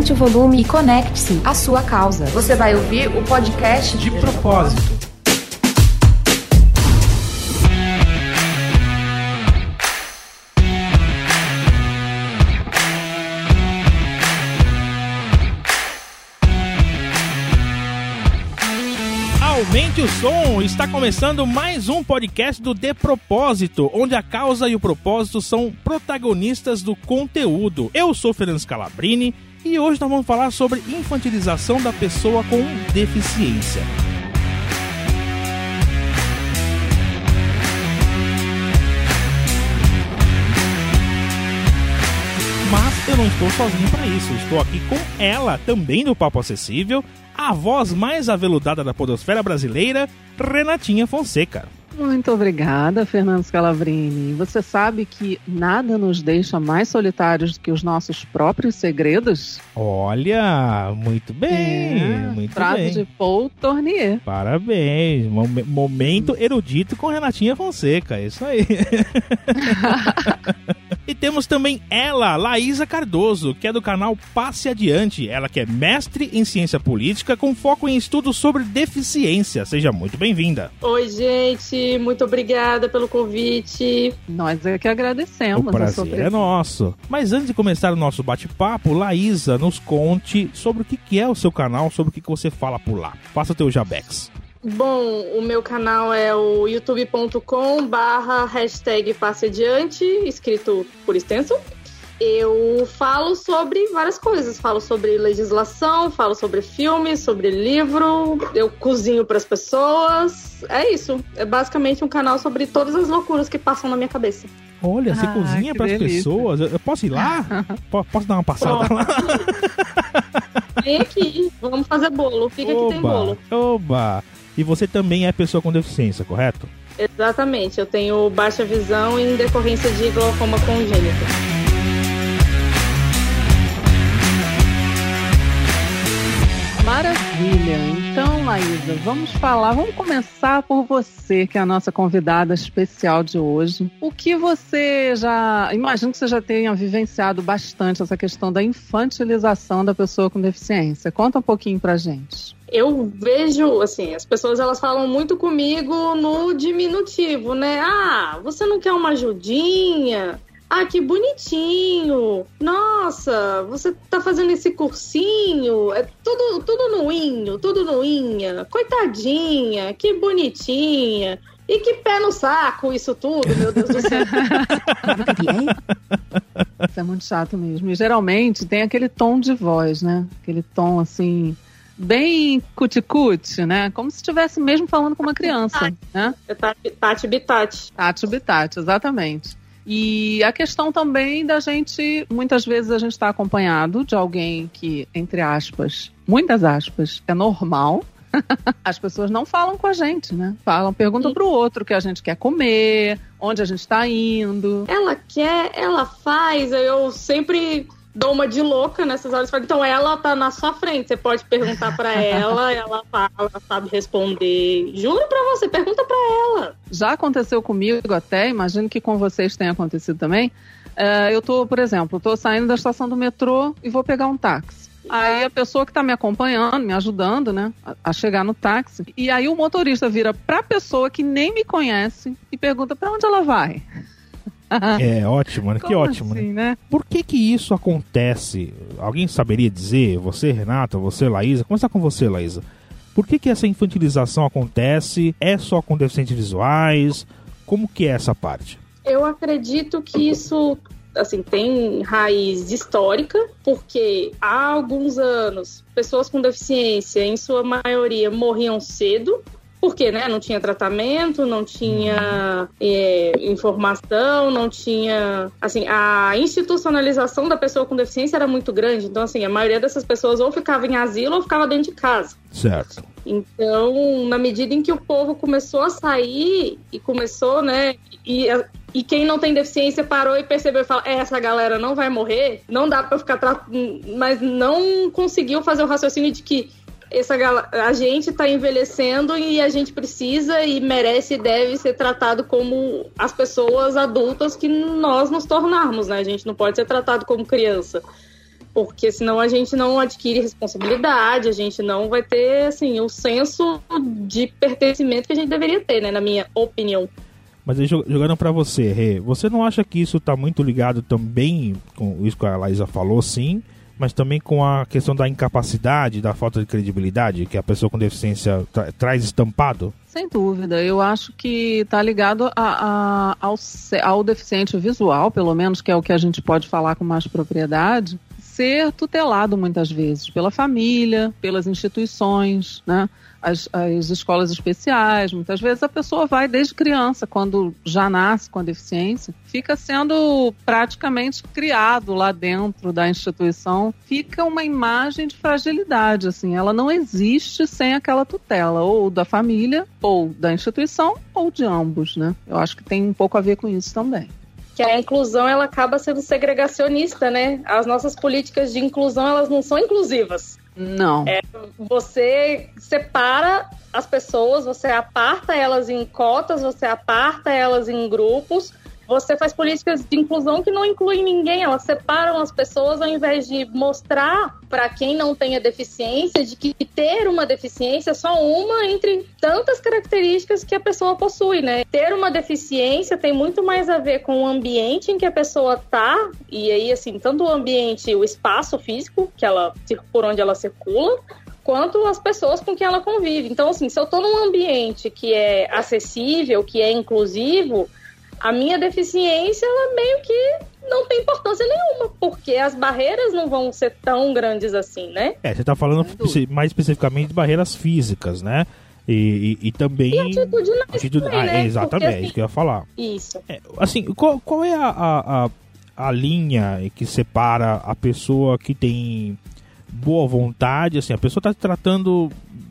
aumente o volume e conecte-se à sua causa. Você vai ouvir o podcast De Propósito. Aumente o som! Está começando mais um podcast do De Propósito, onde a causa e o propósito são protagonistas do conteúdo. Eu sou Fernando Scalabrini e hoje nós vamos falar sobre infantilização da pessoa com deficiência. Mas eu não estou sozinho para isso, estou aqui com ela, também do Papo Acessível, a voz mais aveludada da podosfera brasileira, Renatinha Fonseca. Muito obrigada, Fernando Scalabrini. Você sabe que nada nos deixa mais solitários do que os nossos próprios segredos? Olha, muito bem, muito frase bem. de Paul Tournier. Parabéns, momento erudito com Renatinha Fonseca, isso aí. E temos também ela, Laísa Cardoso, que é do canal Passe Adiante. Ela que é mestre em ciência política com foco em estudos sobre deficiência. Seja muito bem-vinda. Oi, gente. Muito obrigada pelo convite. Nós é que agradecemos. O prazer é nosso. Mas antes de começar o nosso bate-papo, Laísa, nos conte sobre o que é o seu canal, sobre o que você fala por lá. Faça o teu jabex. Bom, o meu canal é o youtube.com/#passeadiante, escrito por extenso. Eu falo sobre várias coisas, falo sobre legislação, falo sobre filmes, sobre livro, eu cozinho para as pessoas, é isso. É basicamente um canal sobre todas as loucuras que passam na minha cabeça. Olha, você cozinha para as pessoas? Eu posso ir lá? Posso dar uma passada lá? Vem aqui, vamos fazer bolo, fica que tem bolo. Oba! E você também é pessoa com deficiência, correto? Exatamente, eu tenho baixa visão em decorrência de glaucoma congênito. Maravilha! Então, Laísa, vamos começar por você, que é a nossa convidada especial de hoje. O que você imagino que você já tenha vivenciado bastante essa questão da infantilização da pessoa com deficiência. Conta um pouquinho pra gente. Eu vejo, assim, as pessoas elas falam muito comigo no diminutivo, né? Ah, você não quer uma ajudinha? Ah, que bonitinho! Nossa, você tá fazendo esse cursinho? É tudo noinho, tudo noinha. Coitadinha, que bonitinha. E que pé no saco isso tudo, meu Deus do céu. Isso é muito chato mesmo. E geralmente tem aquele tom de voz, né? Aquele tom, assim, bem cuticute, né? Como se estivesse mesmo falando com uma criança, né? Tati Bitati. Tati Bitati, exatamente. E a questão também da gente, muitas vezes a gente está acompanhado de alguém que, entre aspas, muitas aspas, é normal. As pessoas não falam com a gente, né? Perguntam pro outro o que a gente quer comer, onde a gente está indo. Ela quer, ela faz, eu sempre dou uma de louca nessas horas. Então ela tá na sua frente, você pode perguntar pra ela, ela fala, ela sabe responder. Juro pra você, pergunta pra ela. Já aconteceu comigo até, imagino que com vocês tenha acontecido também. Eu tô, por exemplo, saindo da estação do metrô e vou pegar um táxi. Aí a pessoa que tá me acompanhando, me ajudando, né, a chegar no táxi. E aí o motorista vira pra pessoa que nem me conhece e pergunta pra onde ela vai. É ótimo, né? Que ótimo, assim, né? Por que isso acontece? Alguém saberia dizer? Você, Renata, você, Laísa? Começar com você, Laísa. Por que essa infantilização acontece? É só com deficientes visuais? Como que é essa parte? Eu acredito que isso, assim, tem raiz histórica, porque há alguns anos, pessoas com deficiência, em sua maioria, morriam cedo, porque, né, não tinha tratamento, não tinha informação, não tinha... Assim, a institucionalização da pessoa com deficiência era muito grande. Então, assim, a maioria dessas pessoas ou ficava em asilo ou ficava dentro de casa. Certo. Então, na medida em que o povo começou a sair e começou, né... E quem não tem deficiência parou e percebeu e falou, essa galera não vai morrer, não dá pra ficar... Mas não conseguiu fazer o raciocínio de que a gente está envelhecendo e a gente precisa e merece e deve ser tratado como as pessoas adultas que nós nos tornarmos, né? A gente não pode ser tratado como criança. Porque senão a gente não adquire responsabilidade, a gente não vai ter, assim, o senso de pertencimento que a gente deveria ter, né, na minha opinião. Mas aí, jogando pra você, Rê, você não acha que isso tá muito ligado também com isso que a Laísa falou, sim, mas também com a questão da incapacidade, da falta de credibilidade que a pessoa com deficiência traz estampado? Sem dúvida, eu acho que está ligado ao deficiente visual, pelo menos, que é o que a gente pode falar com mais propriedade, ser tutelado muitas vezes pela família, pelas instituições, né? As escolas especiais. Muitas vezes a pessoa vai desde criança, quando já nasce com a deficiência, fica sendo praticamente criado lá dentro da instituição, fica uma imagem de fragilidade, assim, ela não existe sem aquela tutela, ou da família, ou da instituição, ou de ambos, né? Eu acho que tem um pouco a ver com isso também. Que a inclusão, ela acaba sendo segregacionista, né? As nossas políticas de inclusão, elas não são inclusivas. Não. Você separa as pessoas, você aparta elas em cotas, você aparta elas em grupos, você faz políticas de inclusão que não incluem ninguém, elas separam as pessoas ao invés de mostrar para quem não tem a deficiência de que ter uma deficiência é só uma entre tantas características que a pessoa possui, né? Ter uma deficiência tem muito mais a ver com o ambiente em que a pessoa tá, e aí, assim, tanto o ambiente, o espaço físico por onde ela circula, quanto as pessoas com quem ela convive. Então, assim, se eu tô num ambiente que é acessível, que é inclusivo, a minha deficiência, ela meio que não tem importância nenhuma, porque as barreiras não vão ser tão grandes assim, né? Você está falando mais especificamente de barreiras físicas, né? E também... E atitudinais também, né? Exatamente, porque, assim, é isso que eu ia falar. Isso. Assim, qual é a linha que separa a pessoa que tem boa vontade, assim, a pessoa está tratando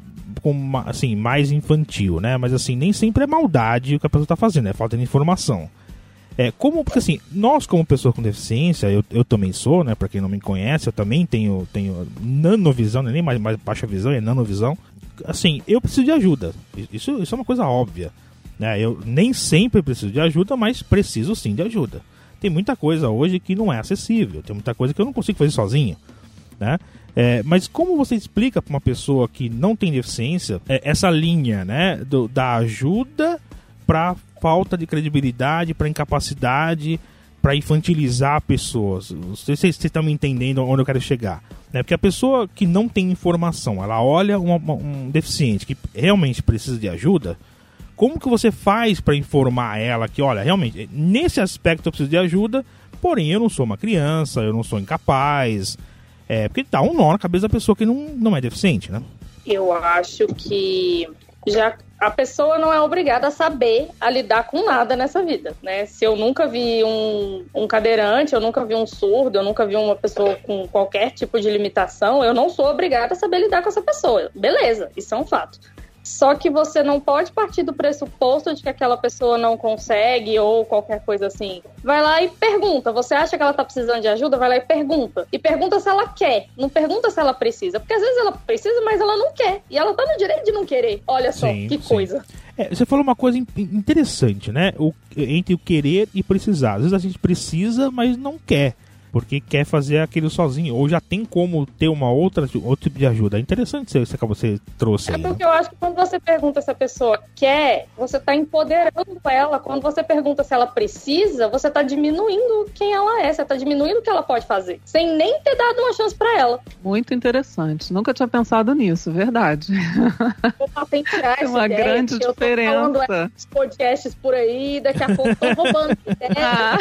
com, assim, mais infantil, né? Mas, assim, nem sempre é maldade o que a pessoa está fazendo, é falta de informação. Porque, assim, nós como pessoa com deficiência, eu também sou, né? Pra quem não me conhece, eu também tenho nanovisão, não é nem mais baixa visão, é nanovisão. Assim, eu preciso de ajuda. Isso é uma coisa óbvia, né? Eu nem sempre preciso de ajuda, mas preciso sim de ajuda. Tem muita coisa hoje que não é acessível, tem muita coisa que eu não consigo fazer sozinho, né? Mas como você explica para uma pessoa que não tem deficiência essa linha, né, da ajuda para falta de credibilidade, para incapacidade, para infantilizar pessoas? Não sei se vocês estão me entendendo onde eu quero chegar, né? Porque a pessoa que não tem informação, ela olha um deficiente que realmente precisa de ajuda, como que você faz para informar ela que, olha, realmente, nesse aspecto eu preciso de ajuda, porém eu não sou uma criança, eu não sou incapaz... porque dá um nó na cabeça da pessoa que não é deficiente, né? Eu acho que já a pessoa não é obrigada a saber a lidar com nada nessa vida, né? Se eu nunca vi um cadeirante, eu nunca vi um surdo, eu nunca vi uma pessoa com qualquer tipo de limitação, eu não sou obrigada a saber lidar com essa pessoa. Beleza, isso é um fato. Só que você não pode partir do pressuposto de que aquela pessoa não consegue ou qualquer coisa assim. Vai lá e pergunta. Você acha que ela tá precisando de ajuda? Vai lá e pergunta. E pergunta se ela quer. Não pergunta se ela precisa. Porque às vezes ela precisa, mas ela não quer. E ela tá no direito de não querer. Olha só, que coisa. Você falou uma coisa interessante, né? Entre o querer e precisar. Às vezes a gente precisa, mas não quer. Porque quer fazer aquilo sozinho, ou já tem como ter outro tipo de ajuda. É interessante isso que você trouxe aí. Porque eu acho que quando você pergunta se a pessoa quer, você está empoderando ela. Quando você pergunta se ela precisa, você está diminuindo quem ela é, você está diminuindo o que ela pode fazer, sem nem ter dado uma chance para ela. Muito interessante. Nunca tinha pensado nisso, verdade. Vou patentear essa uma ideia, grande diferença. Eu tô falando podcasts por aí, daqui a pouco estão roubando ideia.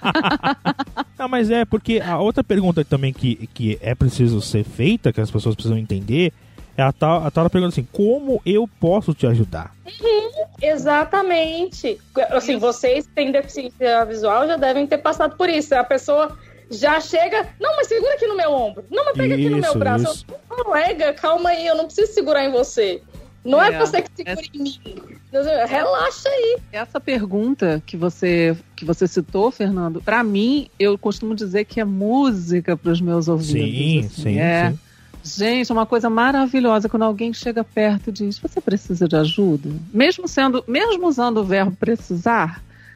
Não, mas porque a outra pergunta também que é preciso ser feita, que as pessoas precisam entender, é a tal pergunta assim: como eu posso te ajudar? Exatamente. Assim, vocês que têm deficiência visual já devem ter passado por isso. A pessoa já chega, não, mas segura aqui no meu ombro, não, mas pega aqui no meu braço. Colega, calma aí, eu não preciso segurar em você. Não é você que segura em mim. Relaxa aí. Essa pergunta que você citou, Fernando, pra mim, eu costumo dizer que é música pros meus ouvidos. Sim. Gente, é uma coisa maravilhosa quando alguém chega perto e diz: você precisa de ajuda? Mesmo usando o verbo precisar,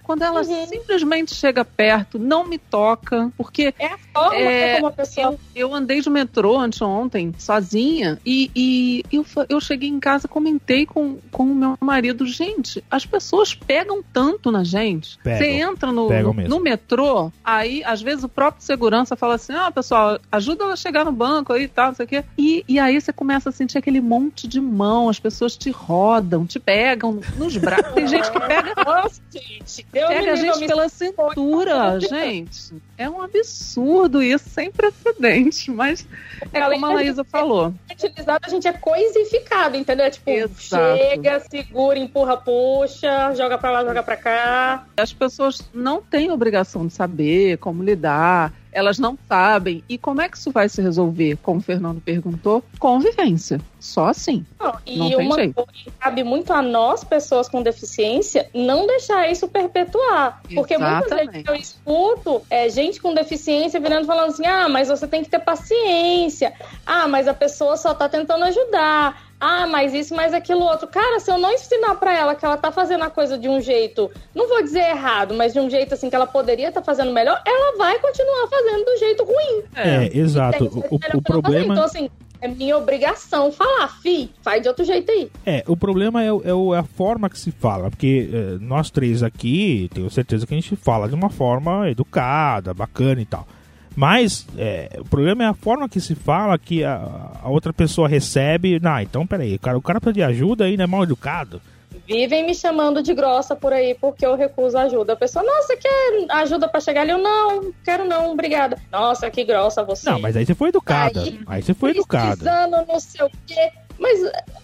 Quando ela simplesmente chega perto, não me toca, porque é a forma como a pessoa... Eu andei de metrô anteontem, sozinha, e eu cheguei em casa, comentei com o meu marido, gente, as pessoas pegam tanto na gente. Você entra no metrô, aí às vezes o próprio segurança fala assim, pessoal, ajuda ela a chegar no banco aí e tal, não sei o quê. E aí você começa a sentir aquele monte de mão, as pessoas te rodam, te pegam nos braços. Tem gente que pega... Nossa, gente, pega a gente pela cintura, gente. É um absurdo isso, sem precedente. Mas é como a Laísa falou. A gente é coisificado, entendeu? Tipo, chega, segura, empurra, puxa, joga pra lá, joga pra cá. As pessoas não têm obrigação de saber como lidar. Elas não sabem. E como é que isso vai se resolver? Como o Fernando perguntou, convivência. Só assim. Não tem jeito. Coisa que cabe muito a nós, pessoas com deficiência, não deixar isso perpetuar. Porque muitas vezes eu escuto gente com deficiência virando e falando assim, mas você tem que ter paciência. Mas a pessoa só tá tentando ajudar. Mas isso, mas aquilo outro. Cara, se eu não ensinar pra ela que ela tá fazendo a coisa de um jeito, não vou dizer errado, mas de um jeito assim que ela poderia estar fazendo melhor, ela vai continuar fazendo do jeito ruim. Exato. O problema... Então, assim, é minha obrigação falar, faz de outro jeito aí. O problema é a forma que se fala, porque nós três aqui, tenho certeza que a gente fala de uma forma educada, bacana e tal. Mas o problema é a forma que se fala, que a outra pessoa recebe. Então peraí, o cara precisa de ajuda aí, né? Mal educado. Vivem me chamando de grossa por aí porque eu recuso ajuda. A pessoa, nossa, quer ajuda pra chegar ali? Eu, não, quero não, obrigada. Nossa, que grossa você. Não, mas aí você foi educada. Aí você foi educada. Precisando, não sei o quê. Mas,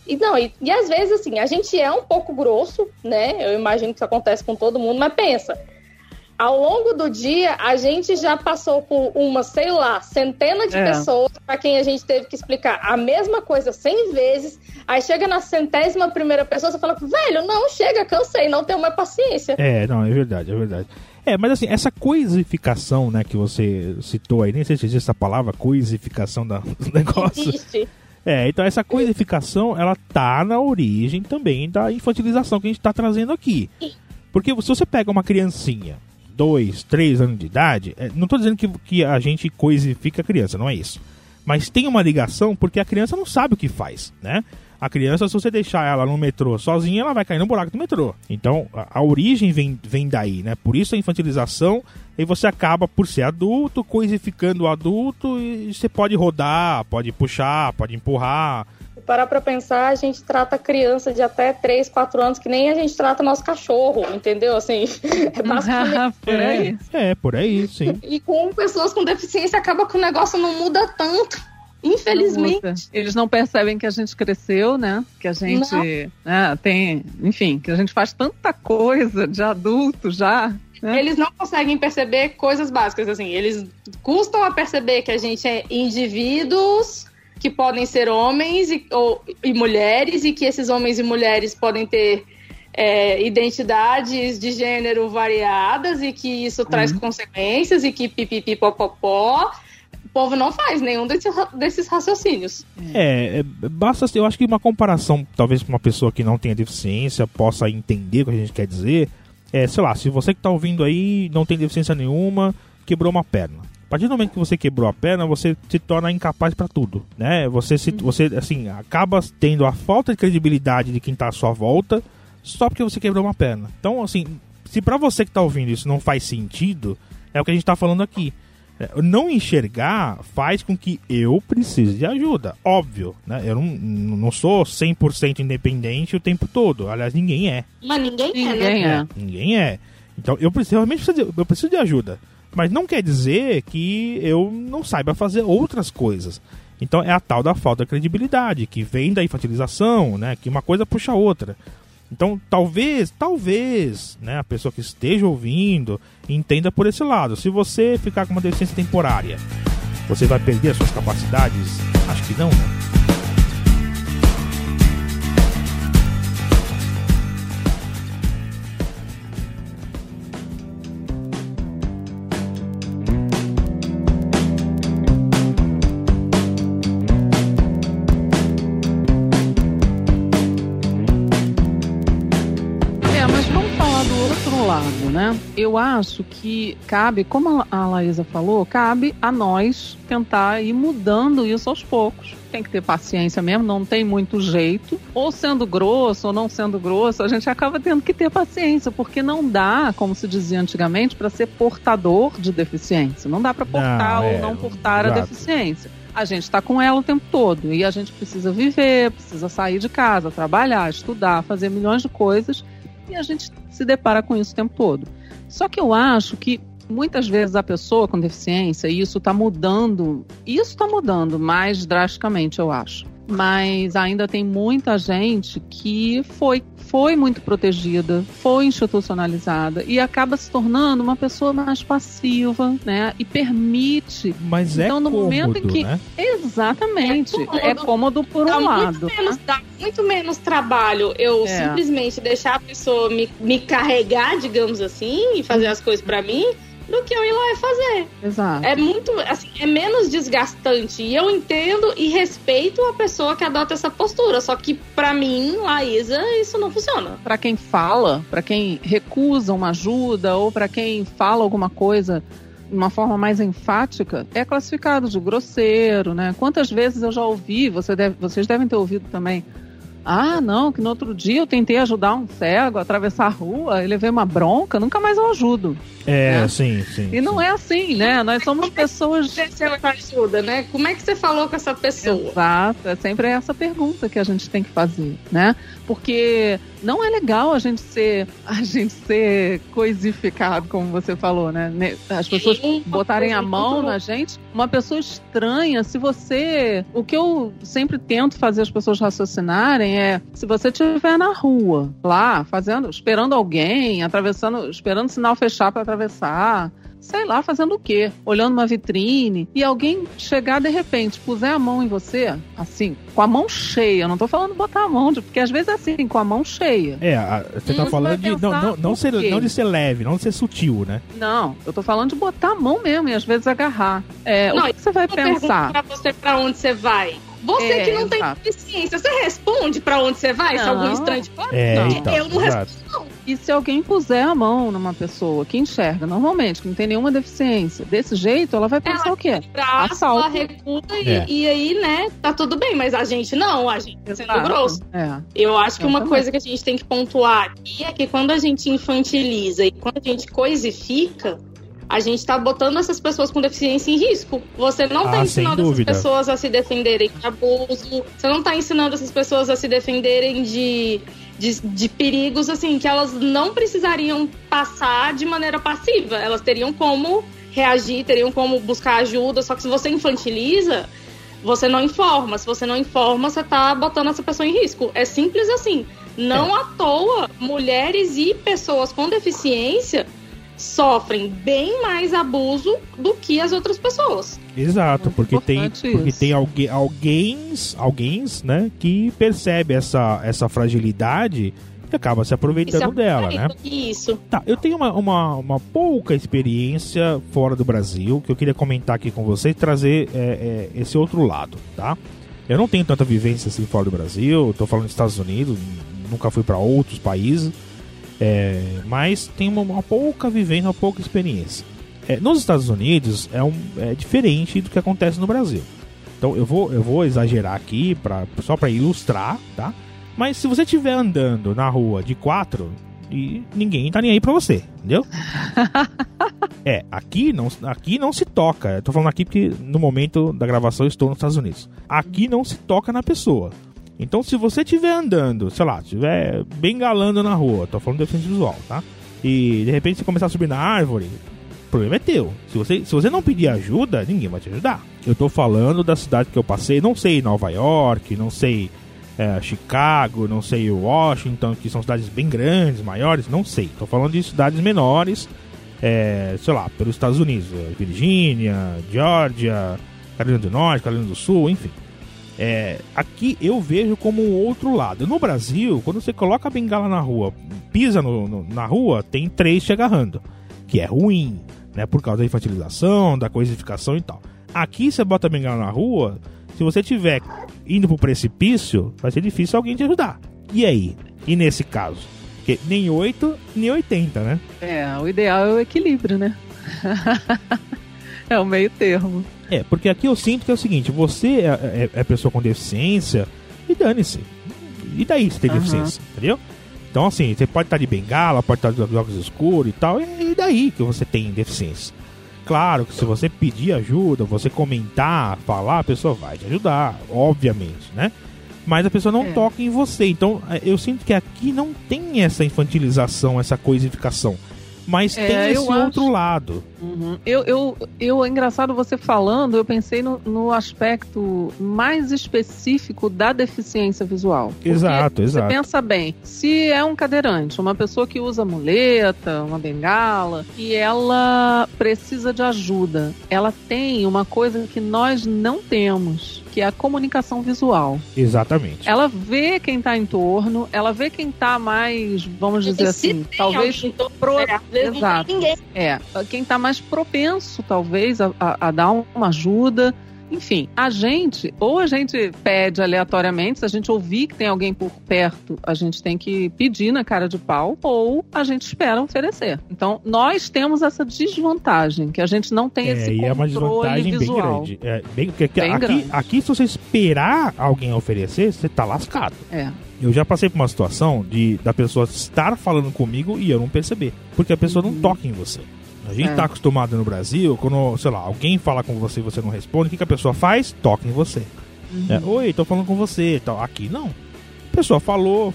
e às vezes, assim, a gente é um pouco grosso, né? Eu imagino que isso acontece com todo mundo, mas pensa... Ao longo do dia, a gente já passou por centena de pessoas para quem a gente teve que explicar a mesma coisa 100 vezes. Aí chega na 100ª pessoa, você fala, velho, não, chega, cansei, não tenho mais paciência. É verdade. Mas assim, essa coisificação, né, que você citou aí, nem sei se existe essa palavra, coisificação do negócio. Existe. Então essa coisificação, ela tá na origem também da infantilização que a gente tá trazendo aqui. Porque se você pega uma criancinha, 2, 3 anos de idade, não estou dizendo que a gente coisifica a criança, não é isso. Mas tem uma ligação porque a criança não sabe o que faz, né? A criança, se você deixar ela no metrô sozinha, ela vai cair no buraco do metrô. Então, a origem vem daí, né? Por isso a infantilização, e você acaba, por ser adulto, coisificando o adulto, e você pode rodar, pode puxar, pode empurrar. Parar pra pensar, a gente trata criança de até 3, 4 anos que nem a gente trata nosso cachorro, entendeu? Assim, é basicamente por aí. Por aí, sim. E com pessoas com deficiência acaba que o negócio não muda tanto, infelizmente. Eles não percebem que a gente cresceu, né? Que a gente tem, enfim, que a gente faz tanta coisa de adulto já. Eles não conseguem perceber coisas básicas, assim, eles custam a perceber que a gente é indivíduos que podem ser homens e mulheres, e que esses homens e mulheres podem ter identidades de gênero variadas, e que isso traz consequências, e que pipipipopopó. O povo não faz nenhum desses raciocínios. Basta, eu acho que uma comparação, talvez para uma pessoa que não tenha deficiência, possa entender o que a gente quer dizer, sei lá, se você que está ouvindo aí não tem deficiência nenhuma, quebrou uma perna. A partir do momento que você quebrou a perna, você se torna incapaz para tudo, né? Você assim, acaba tendo a falta de credibilidade de quem tá à sua volta só porque você quebrou uma perna. Então, assim, se para você que tá ouvindo isso não faz sentido, é o que a gente tá falando aqui. Não enxergar faz com que eu precise de ajuda, óbvio, né? Eu não sou 100% independente o tempo todo. Aliás, ninguém é. Mas ninguém é. Então, eu preciso de ajuda. Mas não quer dizer que eu não saiba fazer outras coisas. Então é a tal da falta de credibilidade, que vem da infantilização, né? Que uma coisa puxa a outra. Então talvez, né, a pessoa que esteja ouvindo entenda por esse lado. Se você ficar com uma deficiência temporária, você vai perder as suas capacidades? Acho que não, né? outro lado, né? Eu acho que cabe, como a Laísa falou, cabe a nós tentar ir mudando isso aos poucos. Tem que ter paciência mesmo, não tem muito jeito. Ou sendo grosso ou não sendo grosso, a gente acaba tendo que ter paciência, porque não dá, como se dizia antigamente, para ser portador de deficiência. Não dá para portar ou não portar a deficiência. A gente está com ela o tempo todo e a gente precisa viver, precisa sair de casa, trabalhar, estudar, fazer milhões de coisas e a gente se depara com isso o tempo todo. Só que eu acho que muitas vezes a pessoa com deficiência, e isso está mudando mais drasticamente, eu acho. Mas ainda tem muita gente que foi muito protegida, foi institucionalizada e acaba se tornando uma pessoa mais passiva, né? E permite. Mas então, no cômodo, momento em que, né? Exatamente, é cômodo por um lado. Dá muito menos trabalho eu simplesmente deixar a pessoa me carregar, digamos assim, e fazer as coisas pra mim, do que eu ir lá e fazer. Exato. É muito, assim, é menos desgastante. E eu entendo e respeito a pessoa que adota essa postura. Só que, pra mim, Laísa, isso não funciona. Pra quem fala, pra quem recusa uma ajuda, ou pra quem fala alguma coisa de uma forma mais enfática, é classificado de grosseiro, né? Quantas vezes eu já ouvi, vocês devem ter ouvido também, não, que no outro dia eu tentei ajudar um cego a atravessar a rua, ele levei uma bronca, nunca mais eu ajudo. Né? Sim. E não é assim, né? Nós somos pessoas... Você ajuda, né? Como é que você falou com essa pessoa? Exato, é sempre essa pergunta que a gente tem que fazer, né? Porque não é legal a gente ser coisificado, como você falou, né? As pessoas botarem a mão na gente. Uma pessoa estranha, o que eu sempre tento fazer as pessoas raciocinarem é, se você estiver na rua, lá, esperando alguém, esperando o sinal fechar para atravessar, sei lá, fazendo o quê? Olhando uma vitrine e alguém chegar de repente, puser a mão em você, assim, com a mão cheia, não tô falando botar a mão, porque às vezes é assim, com a mão cheia. Você tá falando de não de ser leve, não de ser sutil, né? Não, eu tô falando de botar a mão mesmo e às vezes agarrar. O que você vai pensar? Pra você, pra onde você vai? Você que não tem deficiência, você responde pra onde você vai? Se algum estranho te fala? Eu não respondo, não. E se alguém puser a mão numa pessoa que enxerga normalmente, que não tem nenhuma deficiência, desse jeito, ela vai pensar o quê? Ela recua e aí, né, tá tudo bem, mas a gente não, a gente tá sendo grosso. Eu acho que uma coisa que a gente tem que pontuar aqui é que quando a gente infantiliza e quando a gente coisifica, a gente tá botando essas pessoas com deficiência em risco. Você não tá ensinando essas pessoas a se defenderem de abuso, você não tá ensinando essas pessoas a se defenderem de perigos, assim, que elas não precisariam passar de maneira passiva. Elas teriam como reagir, teriam como buscar ajuda, só que se você infantiliza, você não informa. Se você não informa, você tá botando essa pessoa em risco. É simples assim. Não à toa, mulheres e pessoas com deficiência sofrem bem mais abuso do que as outras pessoas. Exato, porque tem alguém, né, que percebe essa fragilidade e acaba se aproveitando dela, né? Isso. Tá, eu tenho uma pouca experiência fora do Brasil que eu queria comentar aqui com vocês e trazer esse outro lado, tá? Eu não tenho tanta vivência assim fora do Brasil, tô falando dos Estados Unidos, nunca fui para outros países. Mas tem uma pouca vivência, uma pouca experiência. Nos Estados Unidos é diferente do que acontece no Brasil. Então eu vou exagerar aqui só para ilustrar, tá? Mas se você estiver andando na rua de 4, e ninguém tá nem aí pra você, entendeu? Aqui não se toca. Eu tô falando aqui porque no momento da gravação eu estou nos Estados Unidos. Aqui não se toca na pessoa. Então, se você estiver andando, sei lá, estiver bengalando na rua, tô falando de deficiência visual, tá? E de repente você começar a subir na árvore, o problema é teu. Se você não pedir ajuda, ninguém vai te ajudar. Eu tô falando da cidade que eu passei, não sei Nova York, não sei Chicago, não sei Washington, que são cidades bem grandes, maiores, não sei. Tô falando de cidades menores, sei lá, pelos Estados Unidos, Virgínia, Geórgia, Carolina do Norte, Carolina do Sul, enfim. Aqui eu vejo como um outro lado. No Brasil, quando você coloca a bengala na rua, pisa na rua, tem 3 te agarrando, que é ruim, né? Por causa da infantilização, da coisificação e tal. Aqui você bota a bengala na rua, se você estiver indo pro precipício, vai ser difícil alguém te ajudar. E aí? E nesse caso? Porque nem 8, nem 80, né? O ideal é o equilíbrio, né? É o meio termo. Porque aqui eu sinto que é o seguinte, você é pessoa com deficiência e dane-se. E daí você tem deficiência, entendeu? Então assim, você pode estar de bengala, pode estar de óculos escuros e tal, e daí que você tem deficiência. Claro que se você pedir ajuda, você comentar, falar, a pessoa vai te ajudar, obviamente, né? Mas a pessoa não toca em você. Então eu sinto que aqui não tem essa infantilização, essa coisificação. Mas tem esse outro lado. É engraçado você falando, eu pensei no aspecto mais específico da deficiência visual. Exato. Você pensa bem, se é um cadeirante, uma pessoa que usa muleta, uma bengala, e ela precisa de ajuda, ela tem uma coisa que nós não temos, que é a comunicação visual. Exatamente. Ela vê quem está em torno, ela vê quem está mais, vamos dizer assim, talvez... Exato. Quem está mais propenso, talvez, a dar uma ajuda. Enfim, a gente pede aleatoriamente, se a gente ouvir que tem alguém por perto, a gente tem que pedir na cara de pau, ou a gente espera oferecer. Então, nós temos essa desvantagem, que a gente não tem esse controle é uma desvantagem visual. Bem grande. Aqui, se você esperar alguém oferecer, você tá lascado. Eu já passei por uma situação da pessoa estar falando comigo e eu não perceber, porque a pessoa não toca em você. A gente tá acostumado no Brasil, quando, sei lá, alguém fala com você e você não responde, o que a pessoa faz? Toca em você. Oi, tô falando com você e tal. Aqui não. A pessoa falou,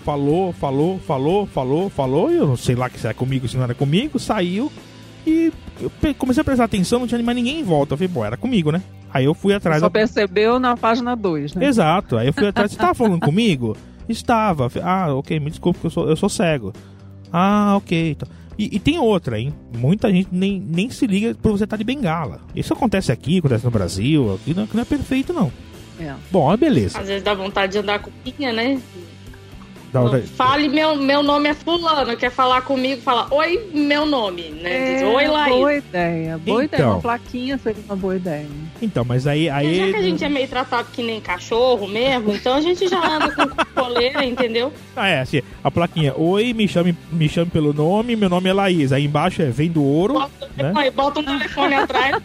e eu não sei lá se era comigo, se não era comigo, saiu e eu comecei a prestar atenção, não tinha mais ninguém em volta. Eu falei, era comigo, né? Aí eu fui atrás. Só percebeu na página 2, né? Exato. Aí eu fui atrás, você tava falando comigo? Estava. Ok, me desculpe que eu sou cego. Ok. Então. E tem outra, hein? Muita gente nem se liga por você estar de bengala. Isso acontece aqui, acontece no Brasil. Aqui não é perfeito, não. Bom, beleza. Às vezes dá vontade de andar com pinha, né? Fale, meu nome é fulano, quer falar comigo, fala, oi, meu nome, né? Diz, oi, Laís. Boa ideia, uma plaquinha seria uma boa ideia. Então, mas aí... Já que a gente é meio tratado que nem cachorro mesmo, então a gente já anda com coleira, entendeu? Assim, a plaquinha, oi, me chame pelo nome, meu nome é Laís. Aí embaixo vem do ouro. Bota um telefone atrás.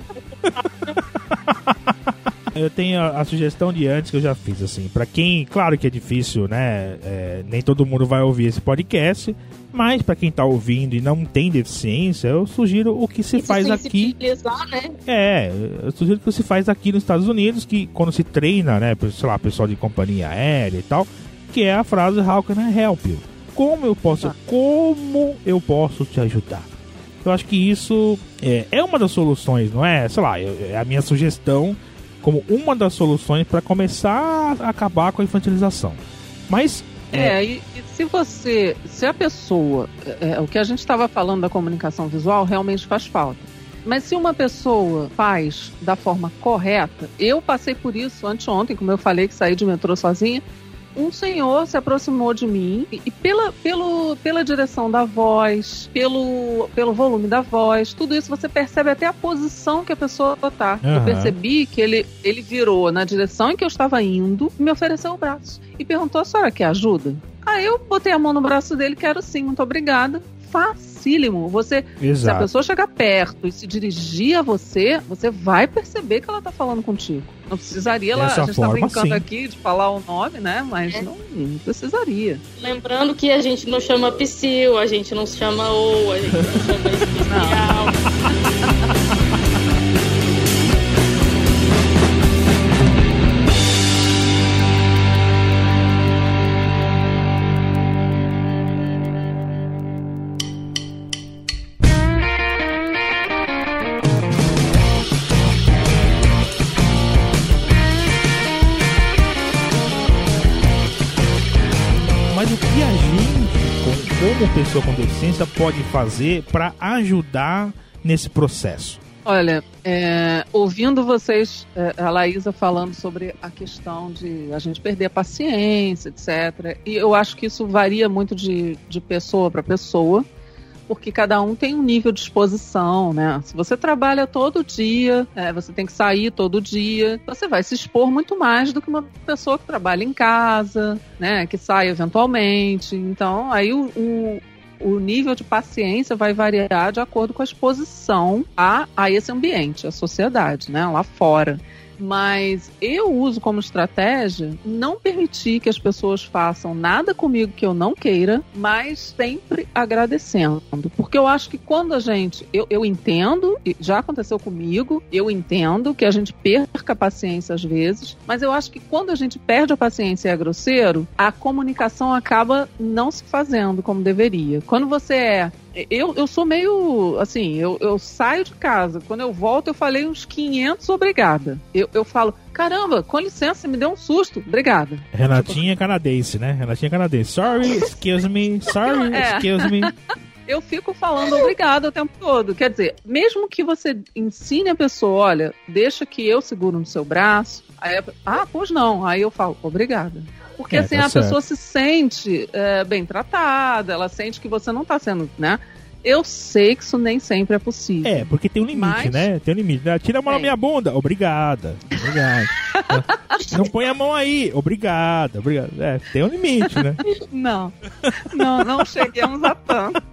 Eu tenho a sugestão de antes que eu já fiz, assim, pra quem, claro que é difícil, né, nem todo mundo vai ouvir esse podcast, mas pra quem tá ouvindo e não tem deficiência, eu sugiro o que se faz aqui. Né? Eu sugiro o que se faz aqui nos Estados Unidos, que quando se treina, né, sei lá, pessoal de companhia aérea e tal, que é a frase How can I help you? Como eu posso te ajudar? Eu acho que isso é uma das soluções, não é? Sei lá, é a minha sugestão como uma das soluções para começar a acabar com a infantilização. Mas... e se a pessoa... o que a gente estava falando da comunicação visual realmente faz falta. Mas se uma pessoa faz da forma correta... Eu passei por isso anteontem, como eu falei, que saí de metrô sozinha. Um senhor se aproximou de mim e pela direção da voz, pelo volume da voz, tudo isso você percebe até a posição que a pessoa tá. Eu percebi que ele virou na direção em que eu estava indo e me ofereceu o braço. E perguntou, a senhora quer ajuda? Aí eu botei a mão no braço dele, quero sim, muito obrigada. Facílimo. Se a pessoa chegar perto e se dirigir a você, você vai perceber que ela tá falando contigo. Não precisaria, a gente tá brincando aqui de falar o nome, né? Mas não precisaria. Lembrando que a gente não chama psil, a gente não chama a gente não chama especial. Como pessoa com deficiência pode fazer para ajudar nesse processo? Olha, ouvindo vocês, a Laísa falando sobre a questão de a gente perder a paciência, etc. E eu acho que isso varia muito de pessoa para pessoa, porque cada um tem um nível de exposição, né? Se você trabalha todo dia, você tem que sair todo dia, você vai se expor muito mais do que uma pessoa que trabalha em casa, né? Que sai eventualmente. Então, aí O nível de paciência vai variar de acordo com a exposição a esse ambiente, a sociedade, né, lá fora. Mas eu uso como estratégia não permitir que as pessoas façam nada comigo que eu não queira, mas sempre agradecendo. Porque eu acho que quando a gente... Eu entendo, já aconteceu comigo, eu entendo que a gente perca a paciência às vezes, mas eu acho que quando a gente perde a paciência e é grosseiro, a comunicação acaba não se fazendo como deveria. Quando você é... Eu sou meio, assim, eu saio de casa, quando eu volto eu falei uns 500 obrigada. Eu falo, caramba, com licença, me deu um susto, obrigada. Renatinha canadense, né? Renatinha canadense. Sorry, excuse me, excuse me. Eu fico falando obrigada o tempo todo. Quer dizer, mesmo que você ensine a pessoa, olha, deixa que eu seguro no seu braço. Aí pois não. Aí eu falo, obrigada. Porque assim, a pessoa se sente bem tratada, ela sente que você não está sendo, né? Eu sei que isso nem sempre é possível. Porque tem um limite, né? Tem um limite. Tira a mão da minha bunda. Obrigada. Não põe a mão aí. Obrigada. Tem um limite, né? Não cheguemos a tanto.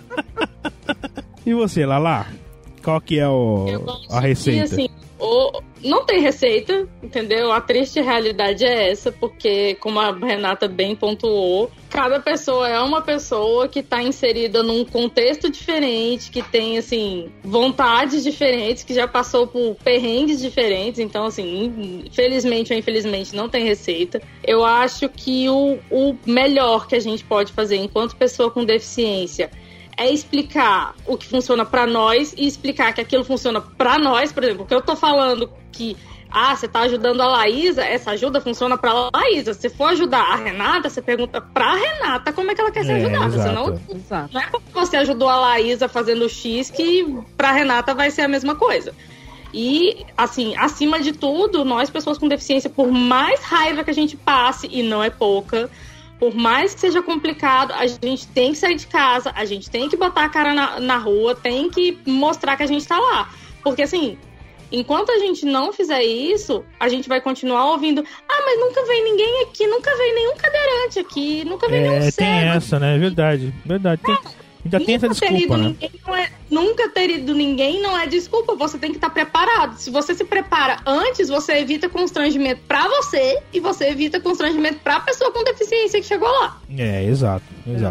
E você, Lala? Qual que é a receita? Assim, não tem receita, entendeu? A triste realidade é essa, porque, como a Renata bem pontuou, cada pessoa é uma pessoa que está inserida num contexto diferente, que tem, assim, vontades diferentes, que já passou por perrengues diferentes. Então, assim, felizmente ou infelizmente não tem receita. Eu acho que o melhor que a gente pode fazer enquanto pessoa com deficiência é explicar o que funciona pra nós e explicar que aquilo funciona pra nós. Por exemplo, o que eu tô falando que você tá ajudando a Laísa, essa ajuda funciona pra Laísa. Se for ajudar a Renata, você pergunta pra Renata como é que ela quer ser ajudada. Senão, não é porque você ajudou a Laísa fazendo X que pra Renata vai ser a mesma coisa. E, assim, acima de tudo, nós, pessoas com deficiência, por mais raiva que a gente passe, e não é pouca, por mais que seja complicado, a gente tem que sair de casa, a gente tem que botar a cara na rua, tem que mostrar que a gente tá lá. Porque, assim, enquanto a gente não fizer isso, a gente vai continuar ouvindo, mas nunca veio ninguém aqui, nunca veio nenhum cadeirante aqui, nunca veio nenhum cego. Tem essa, né? Verdade. Ainda tem essa desculpa, né? Nunca ter ido ninguém não é desculpa, você tem que estar preparado. Se você se prepara antes, você evita constrangimento pra você e você evita constrangimento pra pessoa com deficiência que chegou lá. Exato.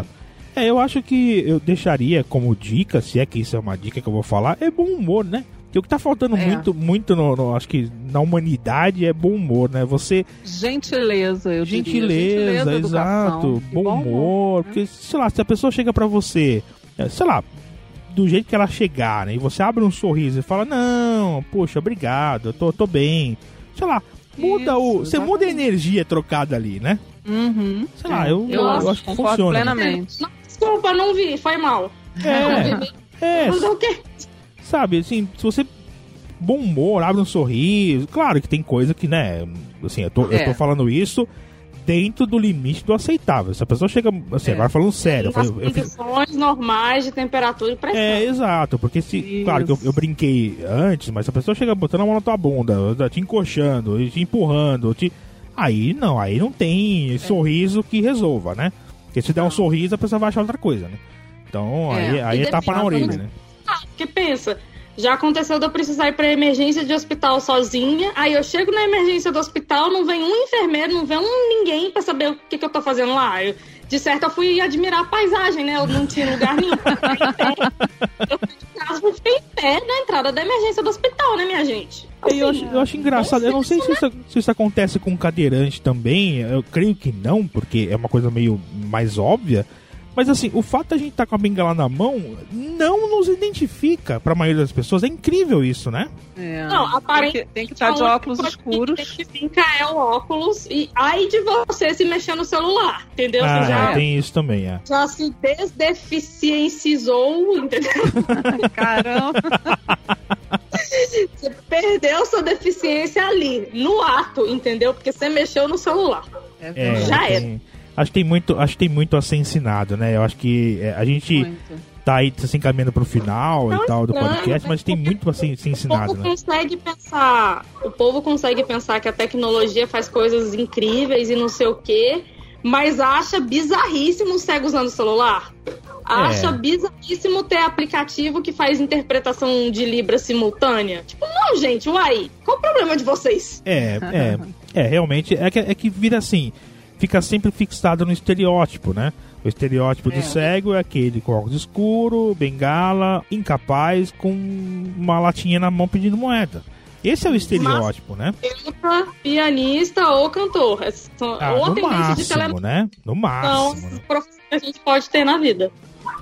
Eu acho que eu deixaria como dica, se é que isso é uma dica que eu vou falar, é bom humor, né? Porque o que tá faltando muito acho que na humanidade é bom humor, né? Gentileza, eu diria. Gentileza, exato. Bom humor. Porque, sei lá, se a pessoa chega pra você, sei lá, do jeito que ela chegar, né? E você abre um sorriso e fala, não, poxa, obrigado, eu tô bem. Sei lá, você muda a energia trocada ali, né? Uhum. Sei lá, eu acho que funciona. Plenamente. Desculpa, não vi, foi mal. Mas o quê? Sabe, assim, se você... Bom humor, abre um sorriso... Claro que tem coisa que, né... Assim, eu tô falando isso dentro do limite do aceitável. Se a pessoa chega... Assim, agora falando sério... Nas condições normais de temperatura e pressão. Exato. Porque se... Isso. Claro que eu brinquei antes, mas se a pessoa chega botando a mão na tua bunda, te encoxando, te empurrando, aí não tem sorriso que resolva, né? Porque se der um sorriso, a pessoa vai achar outra coisa, né? Então, aí é tapa na orelha, né? Porque pensa, já aconteceu de eu precisar ir pra emergência de hospital sozinha, aí eu chego na emergência do hospital, não vem um enfermeiro, não vem ninguém pra saber o que eu tô fazendo lá. De certo, eu fui admirar a paisagem, né? Eu não tinha lugar nenhum. Eu fui de casa, fiquei em pé na entrada da emergência do hospital, né, minha gente? Assim, eu acho engraçado, eu não sei se isso acontece com cadeirante também, eu creio que não, porque é uma coisa meio mais óbvia. Mas assim, o fato de a gente estar com a bengala na mão não nos identifica pra maioria das pessoas. É incrível isso, né? Não, aparentemente tem que estar de óculos escuros. Tem que fincar o óculos e aí de você se mexer no celular, entendeu? Tem isso também, Já se desdeficiencizou, entendeu? Caramba! Você perdeu sua deficiência ali, no ato, entendeu? Porque você mexeu no celular. Já era. Acho que tem muito a ser ensinado, né? Eu acho que a gente tá aí se encaminhando pro final e tal do podcast, mas tem muito a ser ensinado, né? O povo consegue pensar que a tecnologia faz coisas incríveis e não sei o quê, mas acha bizarríssimo o cego usando o celular. acha bizarríssimo ter aplicativo que faz interpretação de Libra simultânea. Tipo, não, gente, uai, qual o problema de vocês? Realmente, é que vira assim, fica sempre fixado no estereótipo, né? O estereótipo do cego é aquele com óculos escuro, bengala, incapaz, com uma latinha na mão pedindo moeda. Esse é o estereótipo, né? Pianista ou cantor. Ou atendente máximo, de telefone. Né? No máximo. Então, profissões que a gente pode ter na vida.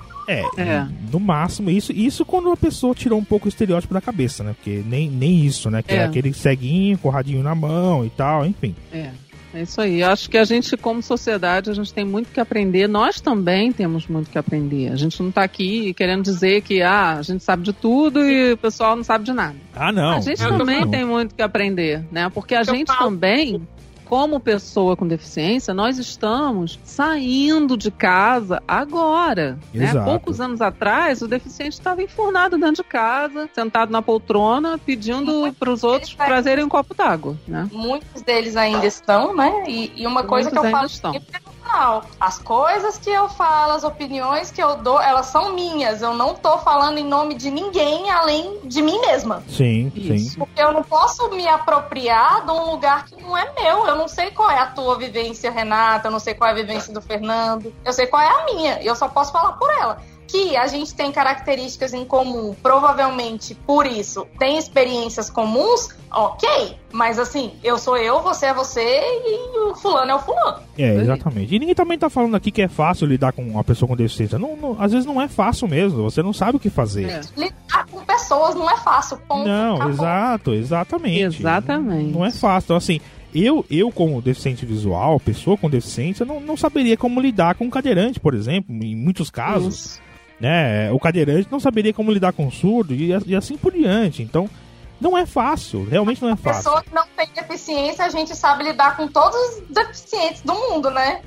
No máximo. Isso quando a pessoa tirou um pouco o estereótipo da cabeça, né? Porque nem isso, né? Que é aquele ceguinho com o radinho na mão e tal, enfim. É isso aí. Eu acho que a gente, como sociedade, a gente tem muito que aprender. Nós também temos muito que aprender. A gente não está aqui querendo dizer que a gente sabe de tudo e o pessoal não sabe de nada. Não. A gente também tem muito que aprender, né? Porque a gente também, como pessoa com deficiência, nós estamos saindo de casa agora. Né? Poucos anos atrás, o deficiente estava enfurnado dentro de casa, sentado na poltrona, pedindo para os outros trazerem um copo d'água. Né? Muitos deles ainda estão, né? E uma coisa que eu falo sempre no canal: as coisas que eu falo, as opiniões que eu dou, elas são minhas. Eu não tô falando em nome de ninguém além de mim mesma. Sim. Porque eu não posso me apropriar de um lugar que não é meu. Eu não sei qual é a tua vivência, Renata, eu não sei qual é a vivência do Fernando, eu sei qual é a minha, e eu só posso falar por ela. Que a gente tem características em comum, provavelmente por isso tem experiências comuns, ok, mas assim, eu sou eu, você é você e o fulano é o fulano. Exatamente. E ninguém também tá falando aqui que é fácil lidar com uma pessoa com deficiência. Não, às vezes não é fácil mesmo, você não sabe o que fazer. Lidar com pessoas não é fácil, ponto. Não, exatamente. Não é fácil, então assim, eu como deficiente visual, pessoa com deficiência, não saberia como lidar com um cadeirante, por exemplo, em muitos casos. Né? O cadeirante não saberia como lidar com o surdo e assim por diante. Então, não é fácil, realmente não é fácil. A pessoa que não tem deficiência, a gente sabe lidar com todos os deficientes do mundo, né?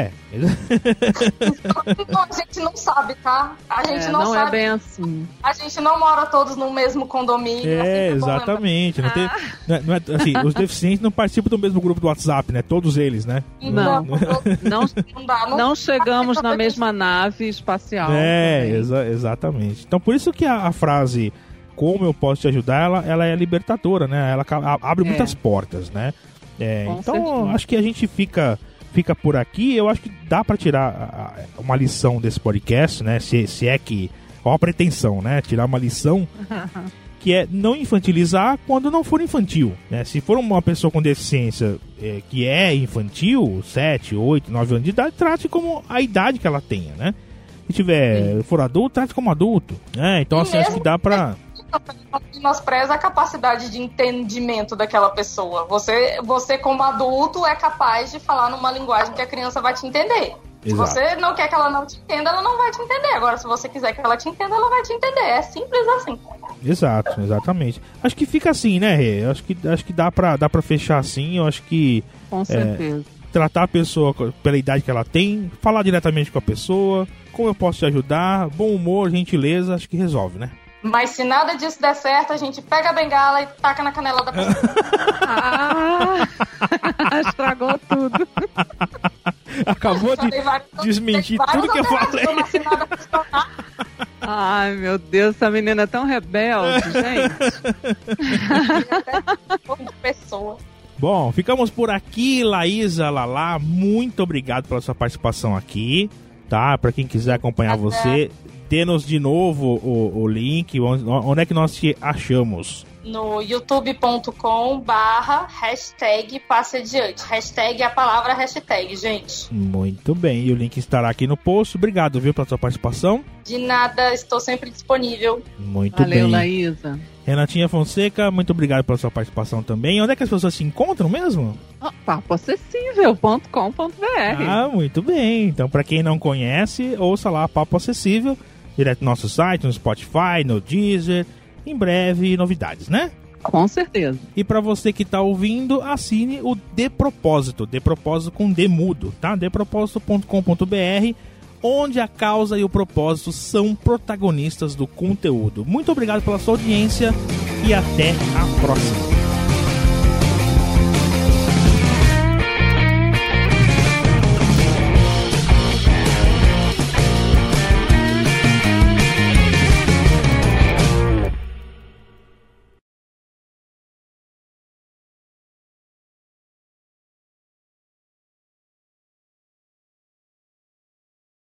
Então, a gente não sabe, tá? A gente não sabe. É bem assim. A gente não mora todos no mesmo condomínio. Exatamente. Não tem, não é, assim, os deficientes não participam do mesmo grupo do WhatsApp, né? Todos eles, né? Não chegamos na mesma nave espacial. Exatamente. Então, por isso que a frase "como eu posso te ajudar", ela é libertadora, né? Ela abre muitas portas, né? Então, acho que a gente fica por aqui. Eu acho que dá pra tirar uma lição desse podcast, né? Se é que... Qual a pretensão, né? Tirar uma lição que é não infantilizar quando não for infantil, né? Se for uma pessoa com deficiência que é infantil, 7, 8, 9 anos de idade, trate como a idade que ela tenha, né? Se for adulto, trate como adulto, né? Então, assim, acho que dá pra... menospreza a capacidade de entendimento daquela pessoa. Você como adulto é capaz de falar numa linguagem que a criança vai te entender. Se você não quer que ela não te entenda, ela não vai te entender. Agora, se você quiser que ela te entenda, ela vai te entender. É simples assim. Exatamente. Acho que fica assim, né, Rê? Acho que dá pra fechar assim. Eu acho que... Com certeza. Tratar a pessoa pela idade que ela tem, falar diretamente com a pessoa, como eu posso te ajudar, bom humor, gentileza, acho que resolve, né? Mas se nada disso der certo, a gente pega a bengala e taca na canela da pessoa. Estragou tudo. Acabou de desmentir tudo que eu falei. Ai, meu Deus, essa menina é tão rebelde, gente. Pessoa. Bom, ficamos por aqui, Laísa, Lala, muito obrigado pela sua participação aqui, tá? Pra quem quiser acompanhar você, dê-nos de novo o link, onde é que nós te achamos? No youtube.com/passe adiante. Hashtag é a palavra hashtag, gente. Muito bem, e o link estará aqui no post. Obrigado, viu, pela sua participação. De nada, estou sempre disponível. Muito Valeu, bem. Laísa. Renatinha Fonseca, muito obrigado pela sua participação também. Onde é que as pessoas se encontram mesmo? papoacessível.com.br. Muito bem. Então, para quem não conhece, ouça lá Papo Acessível, direto no nosso site, no Spotify, no Deezer. Em breve, novidades, né? Com certeza. E para você que tá ouvindo, assine o De Propósito. De Propósito com D mudo, tá? depropósito.com.br, onde a causa e o propósito são protagonistas do conteúdo. Muito obrigado pela sua audiência e até a próxima.